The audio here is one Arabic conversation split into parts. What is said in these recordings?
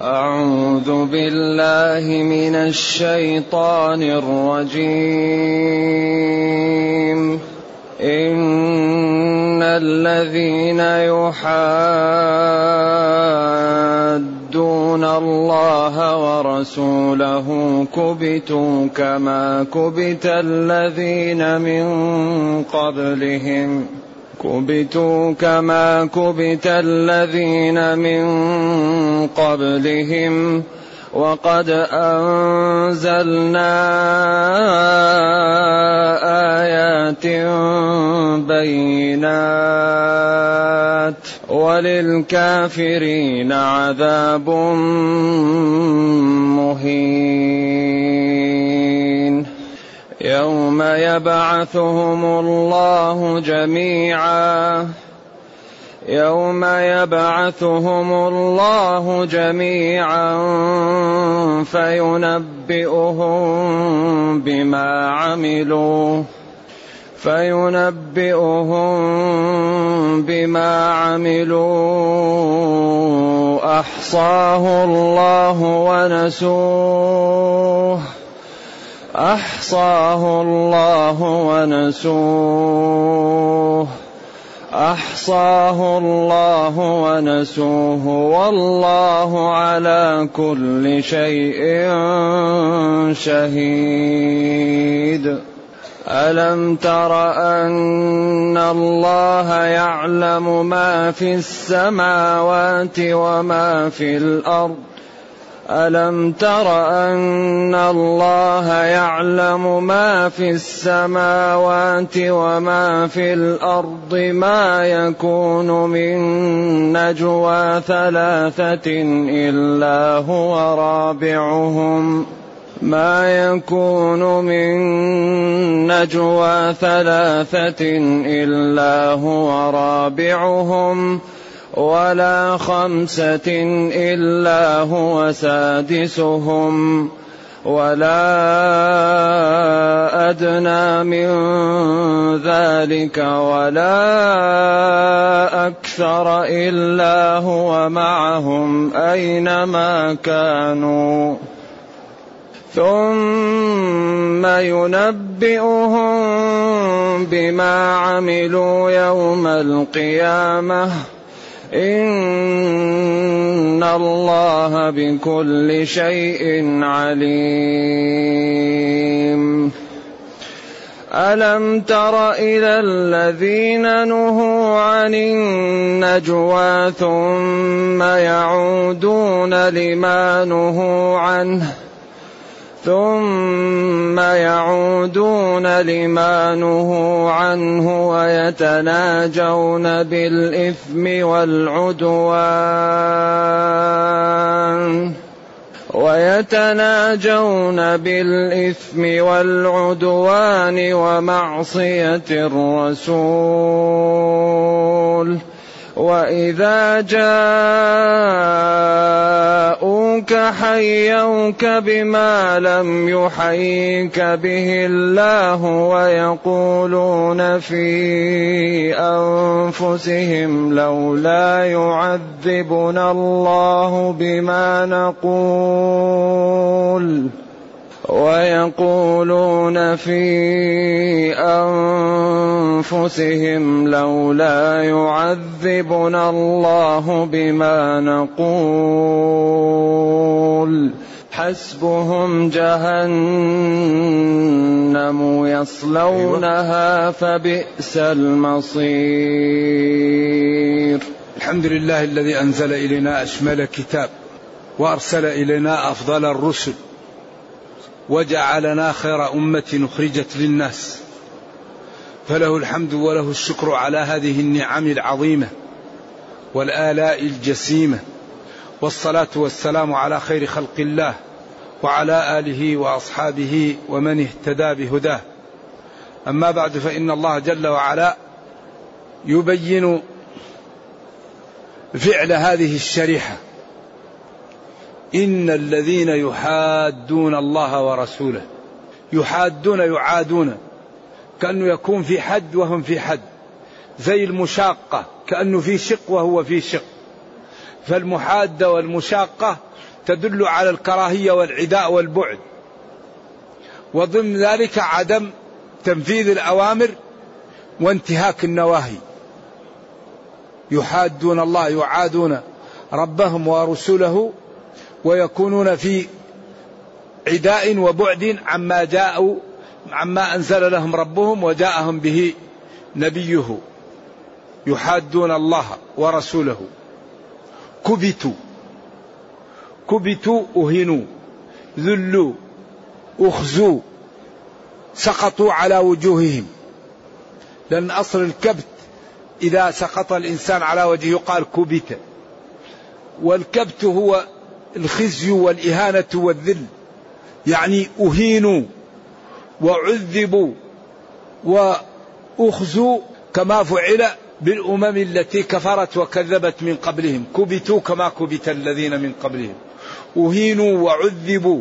أعوذ بالله من الشيطان الرجيم. إن الذين يحادون الله ورسوله كبتوا كما كبت الذين من قبلهم وقد أنزلنا آيات بينات وللكافرين عذاب مهين. يوم يبعثهم الله جميعا فينبئهم بما عملوا أحصاه الله ونسوه والله على كل شيء شهيد. ألم تر أن الله يعلم ما في السماوات وما في الأرض ما يكون من نجوى ثلاثة إلا هو رابعهم ولا خمسة إلا هو سادسهم ولا أدنى من ذلك ولا أكثر إلا هو معهم أينما كانوا ثم ينبئهم بما عملوا يوم القيامة إن الله بكل شيء عليم. ألم تر إلى الذين نهوا عن النجوى ثم يعودون لما نهوا عنه ويتناجون بالإثم والعدوان ومعصية الرسول وإذا جاءوك حيوك بما لم يحيك به الله ويقولون في أنفسهم لولا يعذبنا الله بما نقول حسبهم جهنم يصلونها فبئس المصير. الحمد لله الذي أنزل إلينا أشمل كتاب وأرسل إلينا أفضل الرسل وجعلنا خير أمة أخرجت للناس، فله الحمد وله الشكر على هذه النعم العظيمة والآلاء الجسيمة، والصلاة والسلام على خير خلق الله وعلى آله وأصحابه ومن اهتدى بهداه. أما بعد، فإن الله جل وعلا يبين فعل هذه الشريحة: إن الذين يحادون الله ورسوله. يحادون يعادون، كأنه يكون في حد وهم في حد، زي المشاقة كأنه في شق وهو في شق. فالمحادة والمشاقة تدل على الكراهية والعداء والبعد، وضمن ذلك عدم تنفيذ الأوامر وانتهاك النواهي. يحادون الله، يعادون ربهم ورسله، ويكونون في عداء وبعد عما أنزل لهم ربهم وجاءهم به نبيه. يحادون الله ورسوله. كبتوا أهنوا، ذلوا، أخزوا، سقطوا على وجوههم. لأن أصل الكبت إذا سقط الإنسان على وجهه يقال كبت، والكبت هو الخزي والإهانة والذل، يعني أهينوا وعذبوا وأخزوا كما فعل بالأمم التي كفرت وكذبت من قبلهم. كبتوا كما كبت الذين من قبلهم. أهينوا وعذبوا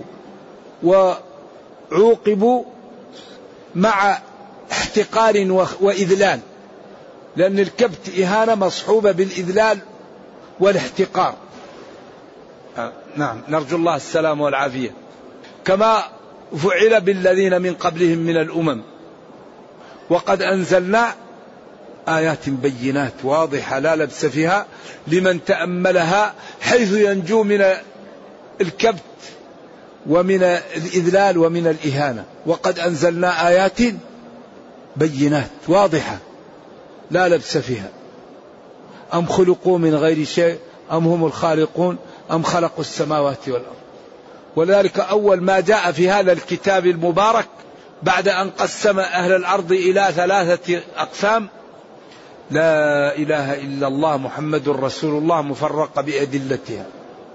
وعوقبوا مع احتقار وإذلال، لأن الكبت إهانة مصحوبة بالإذلال والاحتقار. نعم، نرجو الله السلام والعافية. كما فعل بالذين من قبلهم من الأمم. وقد أنزلنا آيات بينات واضحة لا لبس فيها لمن تأملها، حيث ينجو من الكبت ومن الإذلال ومن الإهانة. وقد أنزلنا آيات بينات واضحة لا لبس فيها. أم خلقوا من غير شيء أم هم الخالقون أم خلقوا السماوات والأرض. ولذلك أول ما جاء في هذا الكتاب المبارك بعد أن قسم أهل الأرض إلى 3 أقسام: لا إله إلا الله محمد رسول الله، مفرقة بأدلتها.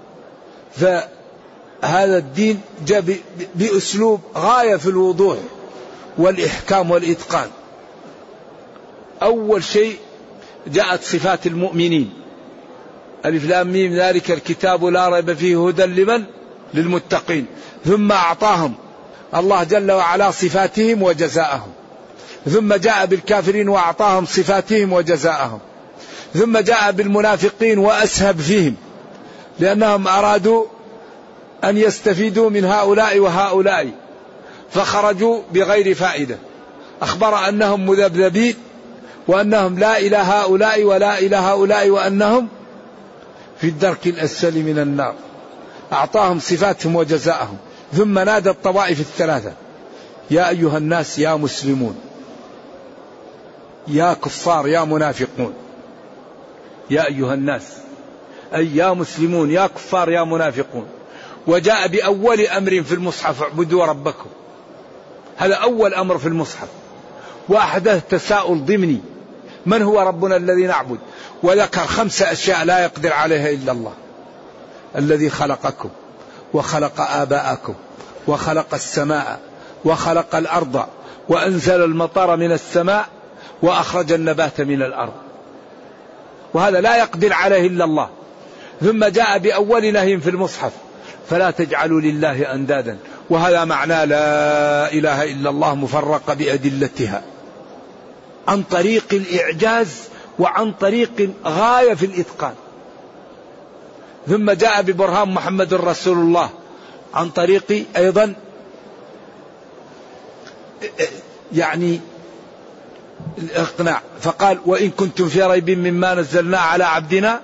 فهذا الدين جاء بأسلوب غاية في الوضوح والإحكام والإتقان. أول شيء جاءت صفات المؤمنين: ألف لام ميم ذلك الكتاب لا ريب فيه هدى لمن؟ للمتقين. ثم أعطاهم الله جل وعلا صفاتهم وجزاءهم، ثم جاء بالكافرين وأعطاهم صفاتهم وجزاءهم، ثم جاء بالمنافقين وأسهب فيهم، لأنهم أرادوا أن يستفيدوا من هؤلاء وهؤلاء فخرجوا بغير فائدة. أخبر أنهم مذبذبين، وأنهم لا إلى هؤلاء ولا إلى هؤلاء، وأنهم في الدرك الأسفل من النار. أعطاهم صفاتهم وجزاءهم. ثم نادى الطوائف الثلاثة: يا أيها الناس يا مسلمون يا كفار يا منافقون. يا أيها الناس أي يا مسلمون يا كفار يا منافقون. وجاء بأول أمر في المصحف: اعبدوا ربكم. هذا أول أمر في المصحف، وأحدث تساؤل ضمني: من هو ربنا الذي نعبد؟ وذكر 5 أشياء لا يقدر عليها إلا الله: الذي خلقكم وخلق آباءكم وخلق السماء وخلق الأرض وأنزل المطر من السماء وأخرج النبات من الأرض. وهذا لا يقدر عليه إلا الله. ثم جاء بأول نهي في المصحف: فلا تجعلوا لله أندادا. وهذا معنى لا إله إلا الله مفرقة بأدلتها، عن طريق الإعجاز وعن طريق غاية في الإتقان. ثم جاء ببرهان محمد رسول الله عن طريق أيضا يعني الإقناع. فقال: وإن كنتم في ريب مما نزلنا على عبدنا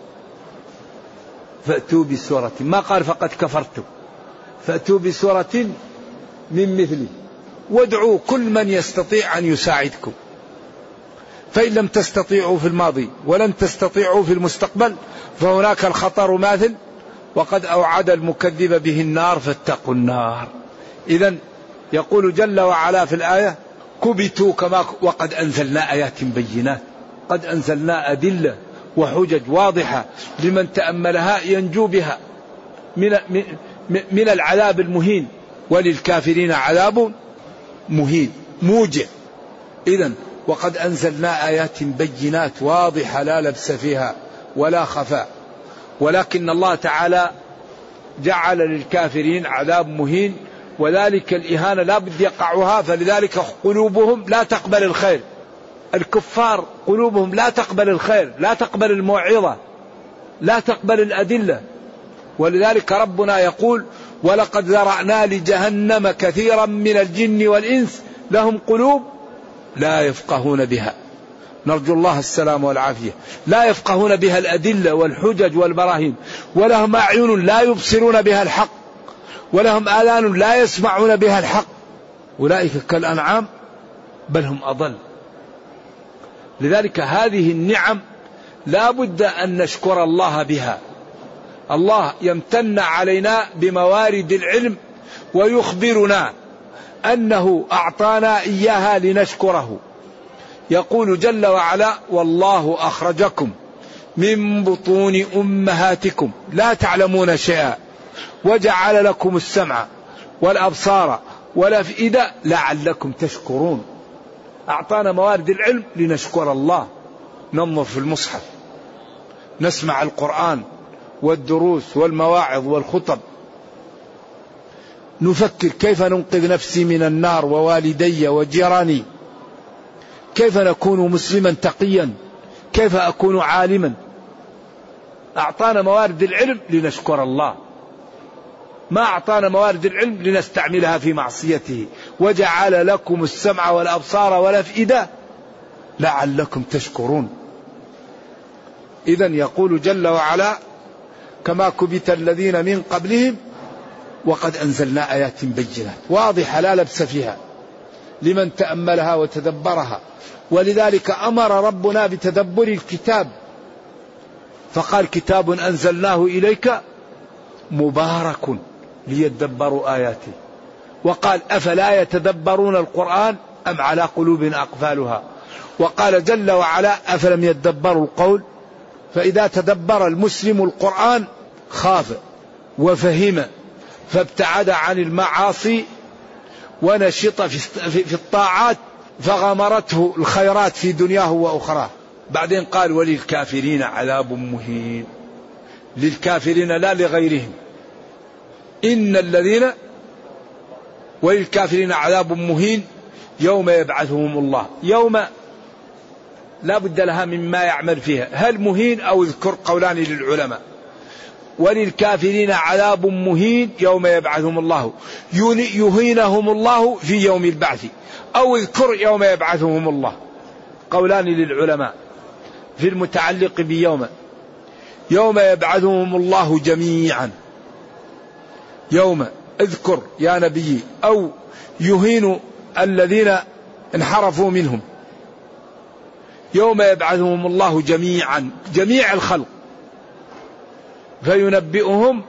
فأتوا بسورة. ما قال فقد كفرتم، فأتوا بسورة من مثله وادعوا كل من يستطيع أن يساعدكم. فإن لم تستطيعوا في الماضي ولن تستطيعوا في المستقبل فهناك الخطر ماثل، وقد أوعد المكذب به النار فاتقوا النار. إذن يقول جل وعلا في الآية: كبتوا كما وقد أنزلنا آيات بينات. قد أنزلنا أدلة وحجج واضحة لمن تأملها ينجو بها من العذاب المهين، وللكافرين عذاب مهين موجع. إذن وقد أنزلنا آيات بينات واضحة لا لبس فيها ولا خفاء. ولكن الله تعالى جعل للكافرين عذاب مهين، وذلك الإهانة لا بد يقعها، فلذلك قلوبهم لا تقبل الخير. الكفار قلوبهم لا تقبل الخير، لا تقبل الموعظة، لا تقبل الأدلة. ولذلك ربنا يقول ولقد ذرأنا لجهنم كثيرا من الجن والإنس لهم قلوب لا يفقهون بها، نرجو الله السلام والعافية، لا يفقهون بها الأدلة والحجج والبراهين، ولهم أعين لا يبصرون بها الحق، ولهم آذان لا يسمعون بها الحق، أولئك كالأنعام بل هم أضل. لذلك هذه النعم لا بد أن نشكر الله بها. الله يمتن علينا بموارد العلم ويخبرنا أنه أعطانا إياها لنشكره. يقول جل وعلا والله أخرجكم من بطون أمهاتكم لا تعلمون شيئا وجعل لكم السمع والأبصار والأفئدة لعلكم تشكرون. أعطانا موارد العلم لنشكر الله. ننظر في المصحف، نسمع القرآن والدروس والمواعظ والخطب، نفكر كيف ننقذ نفسي من النار ووالدي وجيراني، كيف نكون مسلما تقيا، كيف أكون عالما. أعطانا موارد العلم لنشكر الله، ما أعطانا موارد العلم لنستعملها في معصيته. وجعل لكم السمع والأبصار والأفئدة لعلكم تشكرون. إذن يقول جل وعلا كما كبت الذين من قبلهم وقد أنزلنا آيات بينات واضحة لا لبس فيها لمن تأملها وتدبرها. ولذلك أمر ربنا بتدبر الكتاب فقال كتاب أنزلناه إليك مبارك ليدبروا آياته. وقال أفلا يتدبرون القرآن أم على قلوب أقفالها. وقال جل وعلا أفلم يدبروا القول. فإذا تدبر المسلم القرآن خاف وفهم فابتعد عن المعاصي ونشط في الطاعات فغمرته الخيرات في دنياه وأخراه. بعدين قال وللكافرين عذاب مهين. للكافرين لا لغيرهم. إن الذين وللكافرين عذاب مهين يوم يبعثهم الله. يوم لا بد لها مما يعمل فيها، هل مهين أو اذكر قولان للعلماء. وللكافرين عذاب مهين يوم يبعثهم الله يهينهم الله في يوم البعث أو اذكر يوم يبعثهم الله. قولان للعلماء في المتعلق بيوم. يوم يبعثهم الله جميعا، يوم اذكر يا نبي أو يهين الذين انحرفوا منهم. يوم يبعثهم الله جميعا جميع الخلق فينبئهم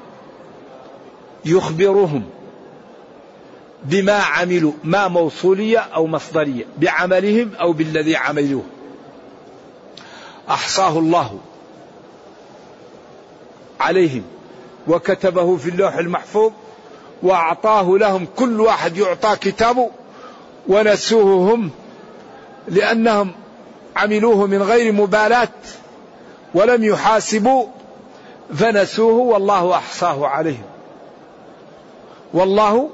يخبرهم بما عملوا، ما موصولية أو مصدرية، بعملهم أو بالذي عملوه. أحصاه الله عليهم وكتبه في اللوح المحفوظ وأعطاه لهم، كل واحد يعطى كتابه ونسوه هم لأنهم عملوه من غير مبالاة ولم يحاسبوا فنسوه والله أحصاه عليهم. والله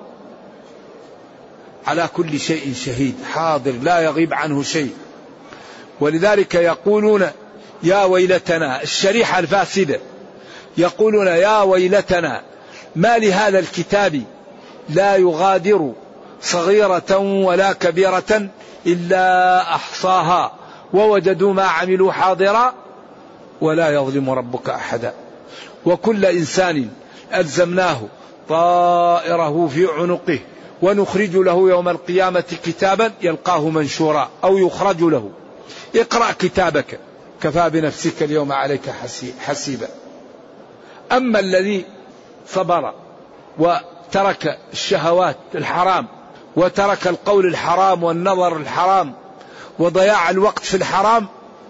على كل شيء شهيد حاضر لا يغيب عنه شيء. ولذلك يقولون يا ويلتنا، الشريحة الفاسدة يقولون يا ويلتنا ما لهذا الكتاب لا يغادر صغيرة ولا كبيرة إلا أحصاها ووجدوا ما عملوا حاضرا ولا يظلم ربك أحدا. وكل إنسان ألزمناه طائره في عنقه ونخرج له يوم القيامة كتابا يلقاه منشورا أو يخرج له اقرأ كتابك كفى بنفسك اليوم عليك حسيبا. أما الذي صبر وترك الشهوات الحرام وترك القول الحرام والنظر الحرام وضياع الوقت في الحرام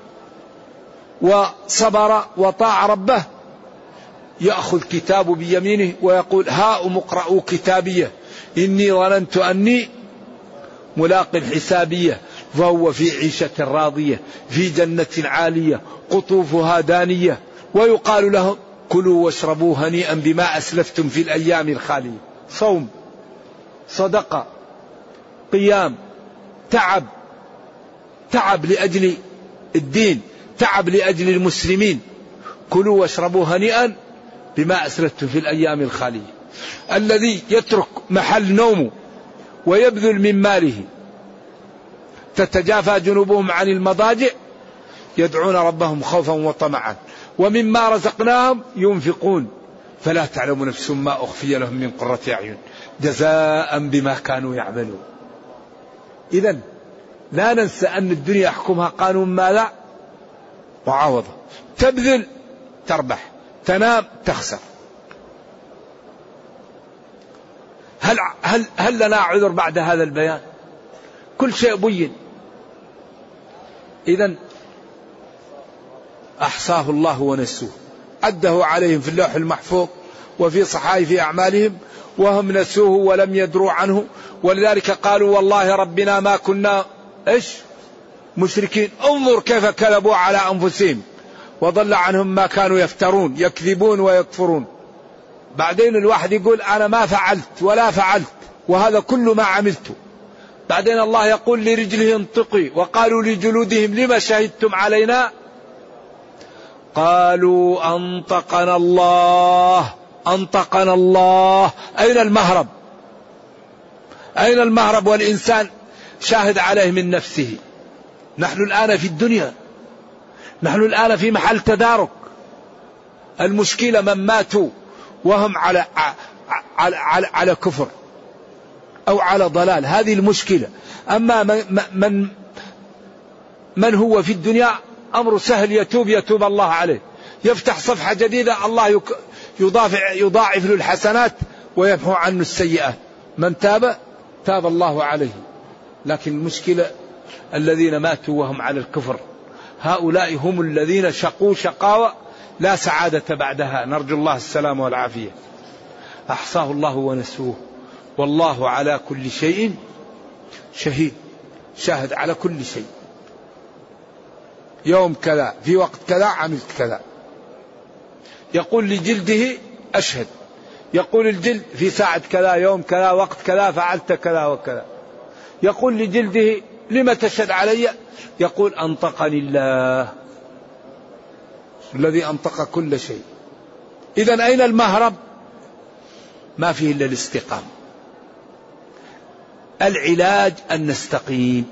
وصبر وطاع ربه يأخذ كتابه بيمينه ويقول هاؤم اقرءوا كتابيه إني ظننت أني ملاق حسابيه فهو في عيشة راضية في جنة عالية قطوفها دانية. ويقال لهم كلوا واشربوا هنيئا بما أسلفتم في الأيام الخالية. صوم، صدقة، قيام، تعب لأجل الدين، تعب لأجل المسلمين، كلوا واشربوا هنيئا بما أسرفتم في الأيام الخالية. الذي يترك محل نومه ويبذل من ماله تتجافى جنوبهم عن المضاجع يدعون ربهم خوفا وطمعا ومما رزقناهم ينفقون فلا تعلم نفس ما أخفي لهم من قرة أعين جزاء بما كانوا يعملون. إذن لا ننسى أن الدنيا يحكمها قانون ماذا؟ معاوضة. تبذل تربح، تنام تخسر. هل لنا عذر بعد هذا البيان؟ كل شيء بين. إذن أحصاه الله ونسوه، أده عليهم في اللوح المحفوظ وفي صحائف أعمالهم وهم نسوه ولم يدروا عنه. ولذلك قالوا والله ربنا ما كنا مشركين. انظر كيف كذبوا على أنفسهم وضل عنهم ما كانوا يفترون، يكذبون ويكفرون. بعدين الواحد يقول أنا ما فعلت ولا فعلت وهذا كل ما عملته. بعدين الله يقول لرجله انطقي وقالوا لجلودهم لما شهدتم علينا قالوا أنطقنا الله. أنطقنا الله. أين المهرب؟ أين المهرب والإنسان شاهد عليه من نفسه؟ نحن الآن في الدنيا، نحن الآن في محل تدارك. المشكلة من ماتوا وهم على كفر أو على ضلال، هذه المشكلة. أما من هو في الدنيا أمر سهل، يتوب الله عليه، يفتح صفحة جديدة، الله يضاعف له الحسنات ويمحو عنه السيئات. من تاب الله عليه. لكن المشكلة الذين ماتوا وهم على الكفر، هؤلاء هم الذين شقوا شقاوة لا سعادة بعدها، نرجو الله السلامة والعافية. أحصاه الله ونسوه والله على كل شيء شهيد، شاهد على كل شيء. يوم كذا في وقت كذا عملت كذا. يقول لجلده أشهد، يقول الجلد في ساعة كذا يوم كذا وقت كذا فعلت كذا وكذا. يقول لجلده لما تشهد علي؟ يقول أنطقني الله الذي أنطق كل شيء. إذن أين المهرب؟ ما فيه إلا الاستقامة. العلاج أن نستقيم،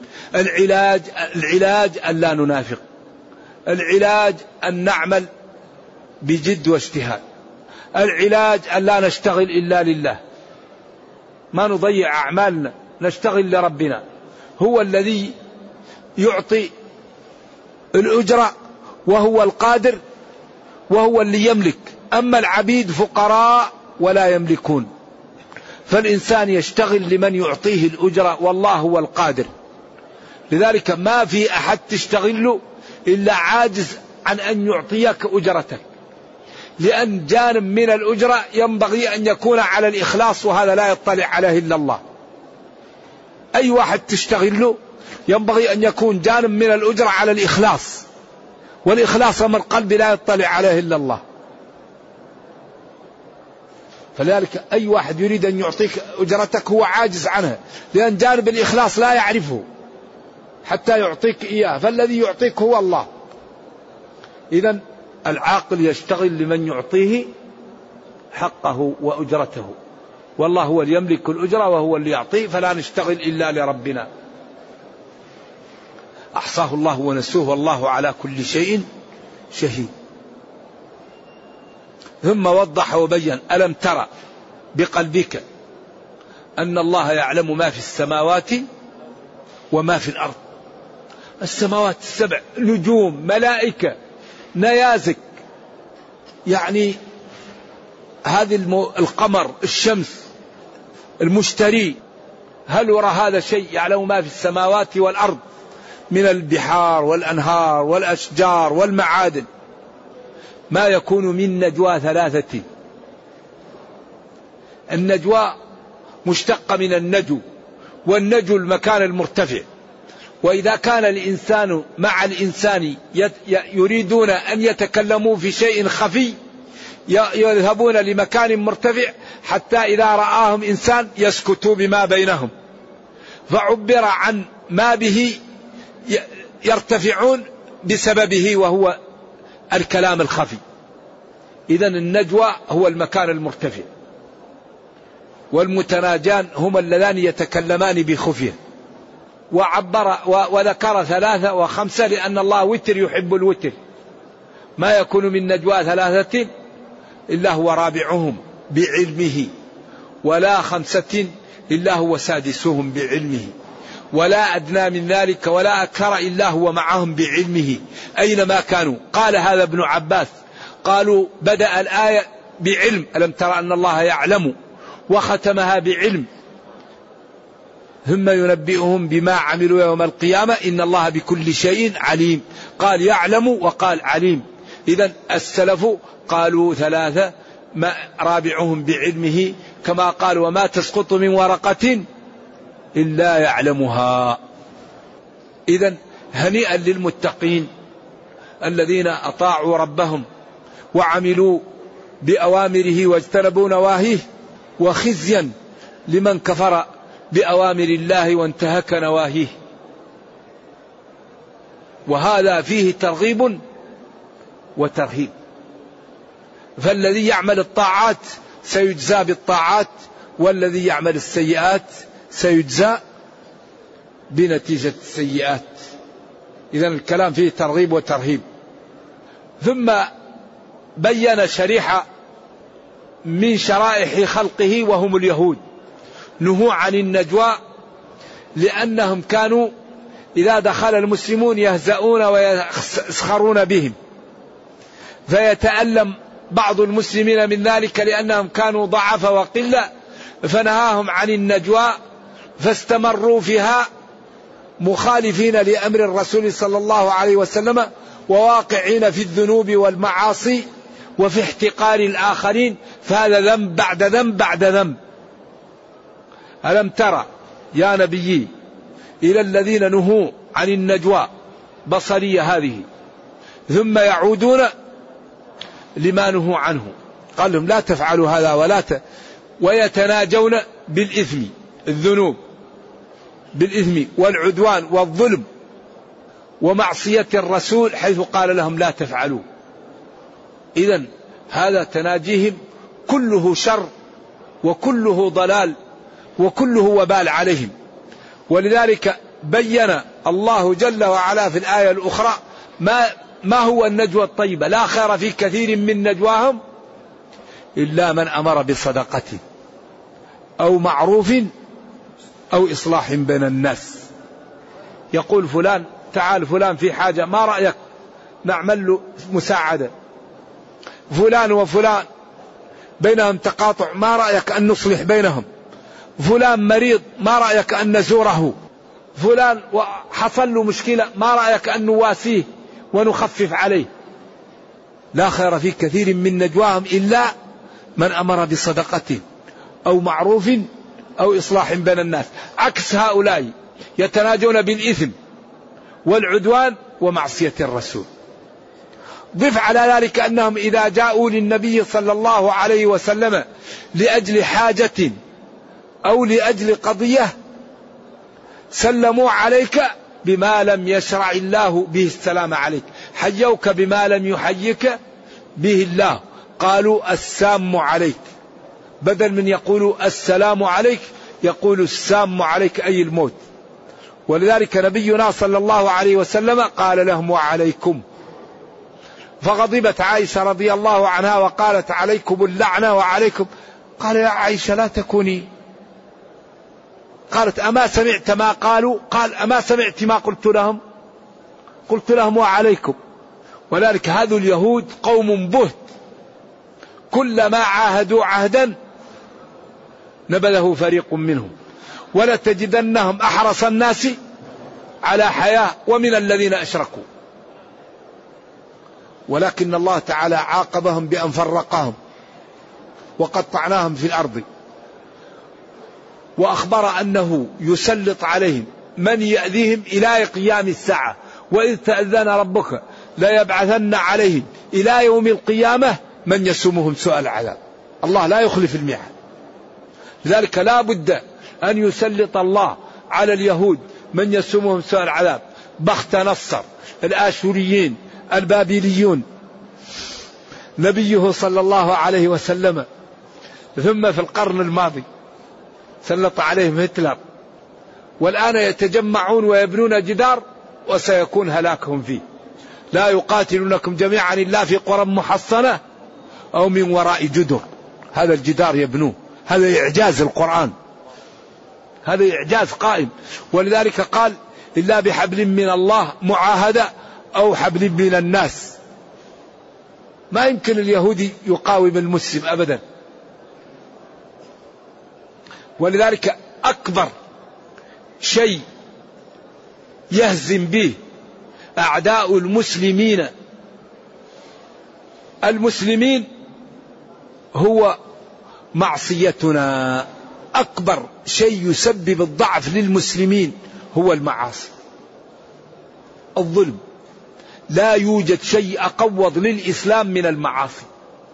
العلاج أن لا ننافق، العلاج أن نعمل بجد واجتهاد، العلاج أن لا نشتغل إلا لله، ما نضيع أعمالنا، نشتغل لربنا. هو الذي يعطي الأجرة وهو القادر وهو اللي يملك. أما العبيد فقراء ولا يملكون. فالإنسان يشتغل لمن يعطيه الأجرة والله هو القادر. لذلك ما في أحد تشتغل له إلا عاجز عن أن يعطيك أجرتك، لأن جانب من الأجرة ينبغي أن يكون على الإخلاص وهذا لا يطلع عليه إلا الله. أي واحد تشتغل له ينبغي أن يكون جانب من الأجرة على الإخلاص، والإخلاص من القلب لا يطلع عليه إلا الله. فلذلك أي واحد يريد أن يعطيك أجرتك هو عاجز عنها، لأن جانب الإخلاص لا يعرفه حتى يعطيك إياه، فالذي يعطيك هو الله. إذن العاقل يشتغل لمن يعطيه حقه وأجرته، والله هو اللي يملك الأجرة وهو اللي يعطيه، فلا نشتغل إلا لربنا. أحصاه الله ونسوه والله على كل شيء شهيد. ثم وضح وبين: ألم ترى بقلبك أن الله يعلم ما في السماوات وما في الأرض. السماوات السبع، نجوم، ملائكة، نيازك، يعني هذه القمر، الشمس، المشتري، هل وراء هذا شيء يعلم ما في السماوات والأرض من البحار والأنهار والأشجار والمعادن. ما يكون من نجوى ثلاثة، النجوى مشتقة من النجو، والنجو المكان المرتفع. وإذا كان الإنسان مع الإنسان يريدون أن يتكلموا في شيء خفي يذهبون لمكان مرتفع حتى إذا رآهم إنسان يسكتوا بما بينهم، فعبر عن ما به يرتفعون بسببه وهو الكلام الخفي. إذن النجوى هو المكان المرتفع، والمتناجان هما اللذان يتكلمان بخفية. وعبر وذكر 3 و5 لأن الله وتر يحب الوتر. ما يكون من نجوى 3 إلا هو رابعهم بعلمه، ولا 5 إلا هو سادسهم بعلمه، ولا أدنى من ذلك ولا أكثر إلا هو معهم بعلمه أينما كانوا. قال هذا ابن عباس، قالوا بدأ الآية بعلم، ألم ترى أن الله يعلم، وختمها بعلم، ثم ينبئهم بما عملوا يوم القيامة إن الله بكل شيء عليم. قال يعلم وقال عليم. إذن السلف قالوا 3 رابعهم بعلمه، كما قال وما تسقط من ورقة إلا يعلمها. إذن هنيئا للمتقين الذين أطاعوا ربهم وعملوا بأوامره واجتنبوا نواهيه، وخزيا لمن كفر بأوامر الله وانتهك نواهيه. وهذا فيه ترغيب وترهيب. فالذي يعمل الطاعات سيجزى بالطاعات، والذي يعمل السيئات سيجزى بنتيجة السيئات. إذن الكلام فيه ترغيب وترهيب. ثم بين شريحة من شرائح خلقه وهم اليهود، نهوا عن النجوى لأنهم كانوا إذا دخل المسلمون يهزؤون ويسخرون بهم، فيتألم بعض المسلمين من ذلك لأنهم كانوا ضعف وقلة، فنهاهم عن النجوى، فاستمروا فيها مخالفين لأمر الرسول صلى الله عليه وسلم، وواقعين في الذنوب والمعاصي وفي احتقار الآخرين. فهذا ذنب بعد ذنب بعد ذنب. ألم ترى يا نبي إلى الذين نهوا عن النجوى بصرية هذه ثم يعودون لما نهوا عنه، قال لهم لا تفعلوا هذا ويتناجون بالإثم، الذنوب بالإثم والعدوان والظلم ومعصية الرسول، حيث قال لهم لا تفعلوا. إذن هذا تناجيهم كله شر وكله ضلال وكله وبال عليهم. ولذلك بين الله جل وعلا في الآية الأخرى ما هو النجوى الطيبة. لا خير في كثير من نجواهم إلا من أمر بصدقة أو معروف أو إصلاح بين الناس. يقول فلان تعال فلان في حاجة، ما رأيك نعمل له مساعدة؟ فلان وفلان بينهم تقاطع، ما رأيك أن نصلح بينهم؟ فلان مريض، ما رأيك أن نزوره؟ فلان حصل له مشكلة، ما رأيك أن نواسيه ونخفف عليه؟ لا خير في كثير من نجواهم إلا من أمر بصدقة أو معروف أو إصلاح بين الناس. عكس هؤلاء يتناجون بالإثم والعدوان ومعصية الرسول. ضف على ذلك أنهم إذا جاءوا للنبي صلى الله عليه وسلم لأجل حاجة أو لأجل قضية سلموا عليك بما لم يشرع الله به السلام عليك، حيوك بما لم يحيك به الله، قالوا السام عليك، بدل من يقولوا السلام عليك يقولوا السام عليك أي الموت. ولذلك نبينا صلى الله عليه وسلم قال لهم وعليكم. فغضبت عائشة رضي الله عنها وقالت عليكم اللعنة وعليكم. قال يا عائشة لا تكوني. قالت أما سمعت ما قالوا؟ قال أما سمعت ما قلت لهم؟ قلت لهم وعليكم. ولذلك هذو اليهود قوم بهت، كلما عاهدوا عهدا نبذه فريق منهم، ولتجدنهم أحرص الناس على حياة ومن الذين أشركوا. ولكن الله تعالى عاقبهم بأن فرقهم وقطعناهم في الأرض، وأخبر أنه يسلط عليهم من يأذيهم إلى قيام الساعة. وإذ تأذن ربك ليبعثن عليهم إلى يوم القيامة من يسومهم سوء العذاب. الله لا يخلف الميعاد. لذلك لا بد أن يسلط الله على اليهود من يسومهم سوء العذاب. بخت نصر، الآشوريين، البابليون، نبيه صلى الله عليه وسلم، ثم في القرن الماضي سلط عليهم هتلر، والآن يتجمعون ويبنون جدار وسيكون هلاكهم فيه. لا يقاتلونكم جميعا إلا في قرى محصنة أو من وراء جدر. هذا الجدار يبنوه، هذا إعجاز القرآن، هذا إعجاز قائم. ولذلك قال إلا بحبل من الله معاهدة أو حبل من الناس. ما يمكن اليهودي يقاوم المسلم أبدا. ولذلك أكبر شيء يهزم به أعداء المسلمين هو معصيتنا. أكبر شيء يسبب الضعف للمسلمين هو المعاصي، الظلم. لا يوجد شيء أقوض للإسلام من المعاصي.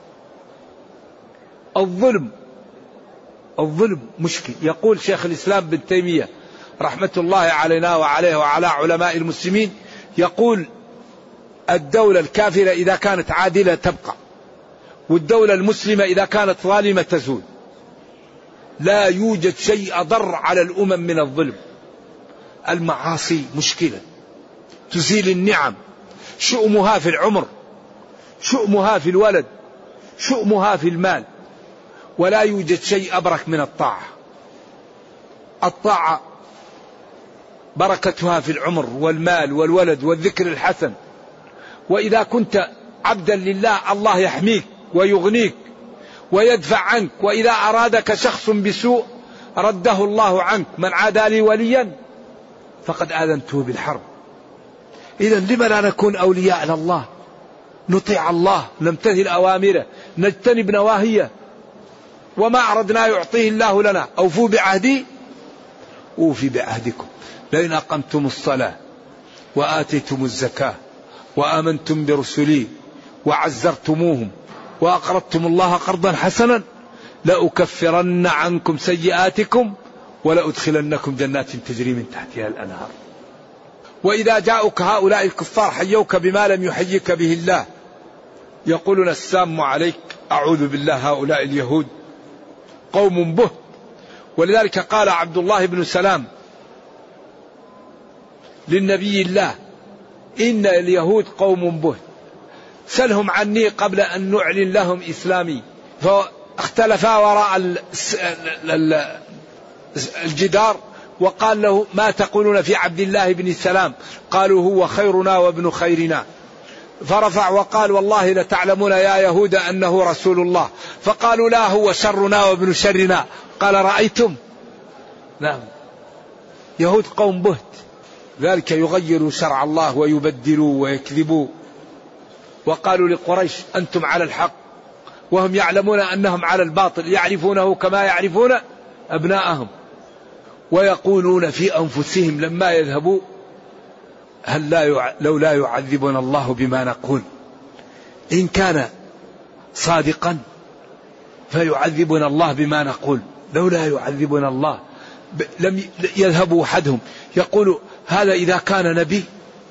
الظلم مشكل. يقول شيخ الإسلام ابن تيمية رحمة الله علينا وعليه وعلى علماء المسلمين، يقول الدولة الكافرة إذا كانت عادلة تبقى، والدولة المسلمة إذا كانت ظالمة تزول. لا يوجد شيء أضر على الأمم من الظلم. المعاصي مشكلة تزيل النعم، شؤمها في العمر، شؤمها في الولد، شؤمها في المال. ولا يوجد شيء أبرك من الطاعة. الطاعة بركتها في العمر والمال والولد والذكر الحسن. وإذا كنت عبدا لله الله يحميك ويغنيك ويدفع عنك، وإذا أرادك شخص بسوء رده الله عنك. من عادى لي وليا فقد آذنته بالحرب. إذا لما لا نكون أولياء لله، نطيع الله، نمتثل أوامره، نجتنب نواهيه. وما أردنا يعطيه الله لنا. أوفوا بعهدي أوفي بعهدكم. لئن أقمتم الصلاة وآتيتم الزكاة وآمنتم برسلي وعزرتموهم وأقرضتم الله قرضا حسنا لأكفرن عنكم سيئاتكم ولأدخلنكم جنات تجري من تحتها الأنهار. وإذا جاءك هؤلاء الكفار حيوك بما لم يحيك به الله، يقولون السام عليك، أعوذ بالله، هؤلاء اليهود قوم به. ولذلك قال عبد الله بن سلام للنبي الله إن اليهود قوم به، سلهم عني قبل أن نعلن لهم إسلامي. فاختلفا وراء الجدار، وقال له ما تقولون في عبد الله بن سلام؟ قالوا هو خيرنا وابن خيرنا. فرفع وقال والله لتعلمون يا يهود أنه رسول الله. فقالوا لا هو شرنا وابن شرنا. قال رأيتم؟ نعم، يهود قوم بهت. ذلك يغيروا شرع الله ويبدلوا ويكذبوا. وقالوا لقريش أنتم على الحق وهم يعلمون أنهم على الباطل، يعرفونه كما يعرفون أبناءهم. ويقولون في أنفسهم لما يذهبوا لو لا يعذبنا الله بما نقول. إن كان صادقا فيعذبنا الله بما نقول، لو لا يعذبنا الله. لم يذهبوا أحدهم يقول هذا إذا كان نبي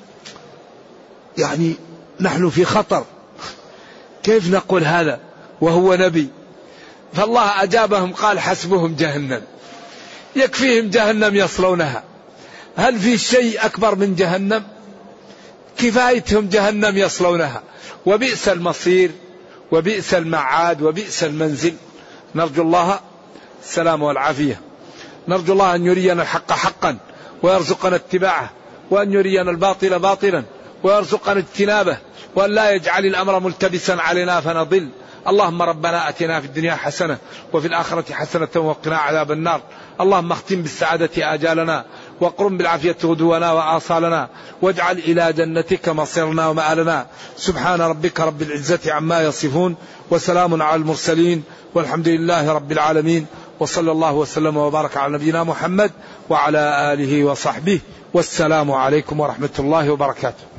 يعني نحن في خطر، كيف نقول هذا وهو نبي؟ فالله أجابهم قال حسبهم جهنم، يكفيهم جهنم يصلونها. هل في شيء أكبر من جهنم؟ كفايتهم جهنم يصلونها، وبئس المصير وبئس المعاد وبئس المنزل. نرجو الله السلام والعافية. نرجو الله أن يرينا الحق حقا ويرزقنا اتباعه، وأن يرينا الباطل باطلا ويرزقنا اجتنابه، وأن لا يجعل الأمر ملتبسا علينا فنضل. اللهم ربنا أتنا في الدنيا حسنة وفي الآخرة حسنة وقنا عذاب النار. اللهم اختم بالسعادة آجالنا واقرم بالعافية غدونا وآصالنا، واجعل إلى جنتك مصيرنا ومآلنا. سبحان ربك رب العزة عما يصفون، وسلام على المرسلين، والحمد لله رب العالمين. وصلى الله وسلم وبارك على نبينا محمد وعلى آله وصحبه، والسلام عليكم ورحمة الله وبركاته.